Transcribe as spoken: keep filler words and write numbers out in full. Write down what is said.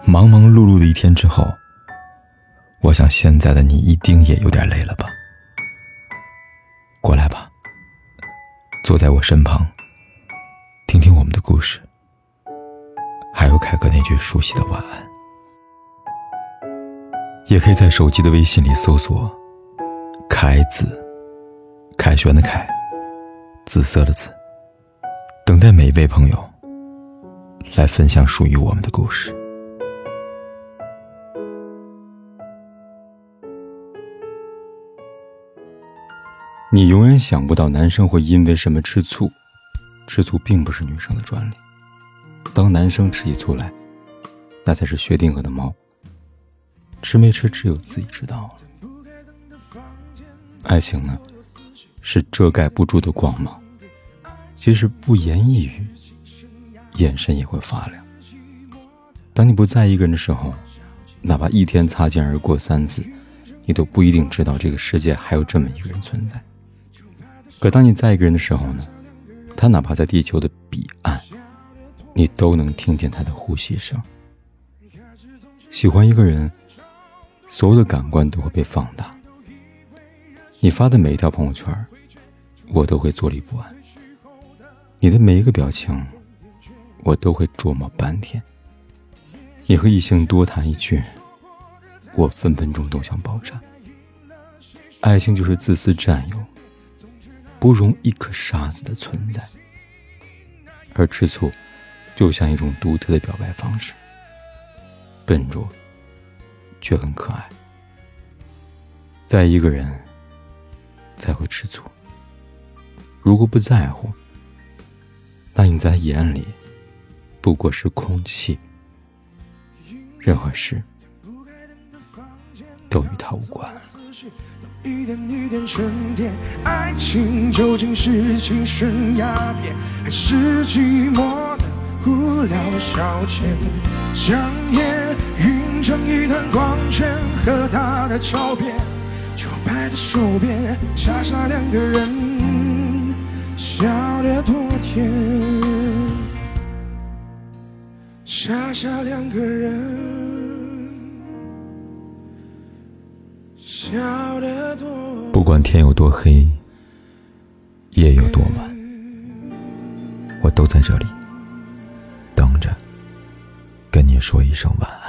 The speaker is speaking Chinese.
忙忙碌碌的一天之后，我想现在的你一定也有点累了吧。过来吧，坐在我身旁，听听我们的故事，还有凯哥那句熟悉的晚安。也可以在手机的微信里搜索凯子，凯旋的凯，紫色的紫，等待每一位朋友来分享属于我们的故事。你永远想不到男生会因为什么吃醋，吃醋并不是女生的专利。当男生吃起醋来，那才是薛定谔的猫，吃没吃只有自己知道了。爱情呢，是遮盖不住的光芒，即使不言一语，眼神也会发亮。当你不在一个人的时候，哪怕一天擦肩而过三次，你都不一定知道这个世界还有这么一个人存在。可当你在一个人的时候呢，他哪怕在地球的彼岸，你都能听见他的呼吸声。喜欢一个人，所有的感官都会被放大。你发的每一条朋友圈，我都会坐立不安。你的每一个表情，我都会琢磨半天。你和异性多谈一句，我分分钟都想爆炸。爱情就是自私占有，不容一颗沙子的存在。而吃醋就像一种独特的表白方式，笨拙却很可爱。在一个人才会吃醋，如果不在乎，那你在眼里不过是空气，任何事都与他无关。 一点一点沉淀，爱情究竟是精神鸦片，还是寂寞的无聊消遣？香烟晕成一团光圈，和他的照片就摆在手边，傻傻两个人笑得多甜，傻傻两个人不管天有多黑，夜有多晚，我都在这里等着跟你说一声晚安。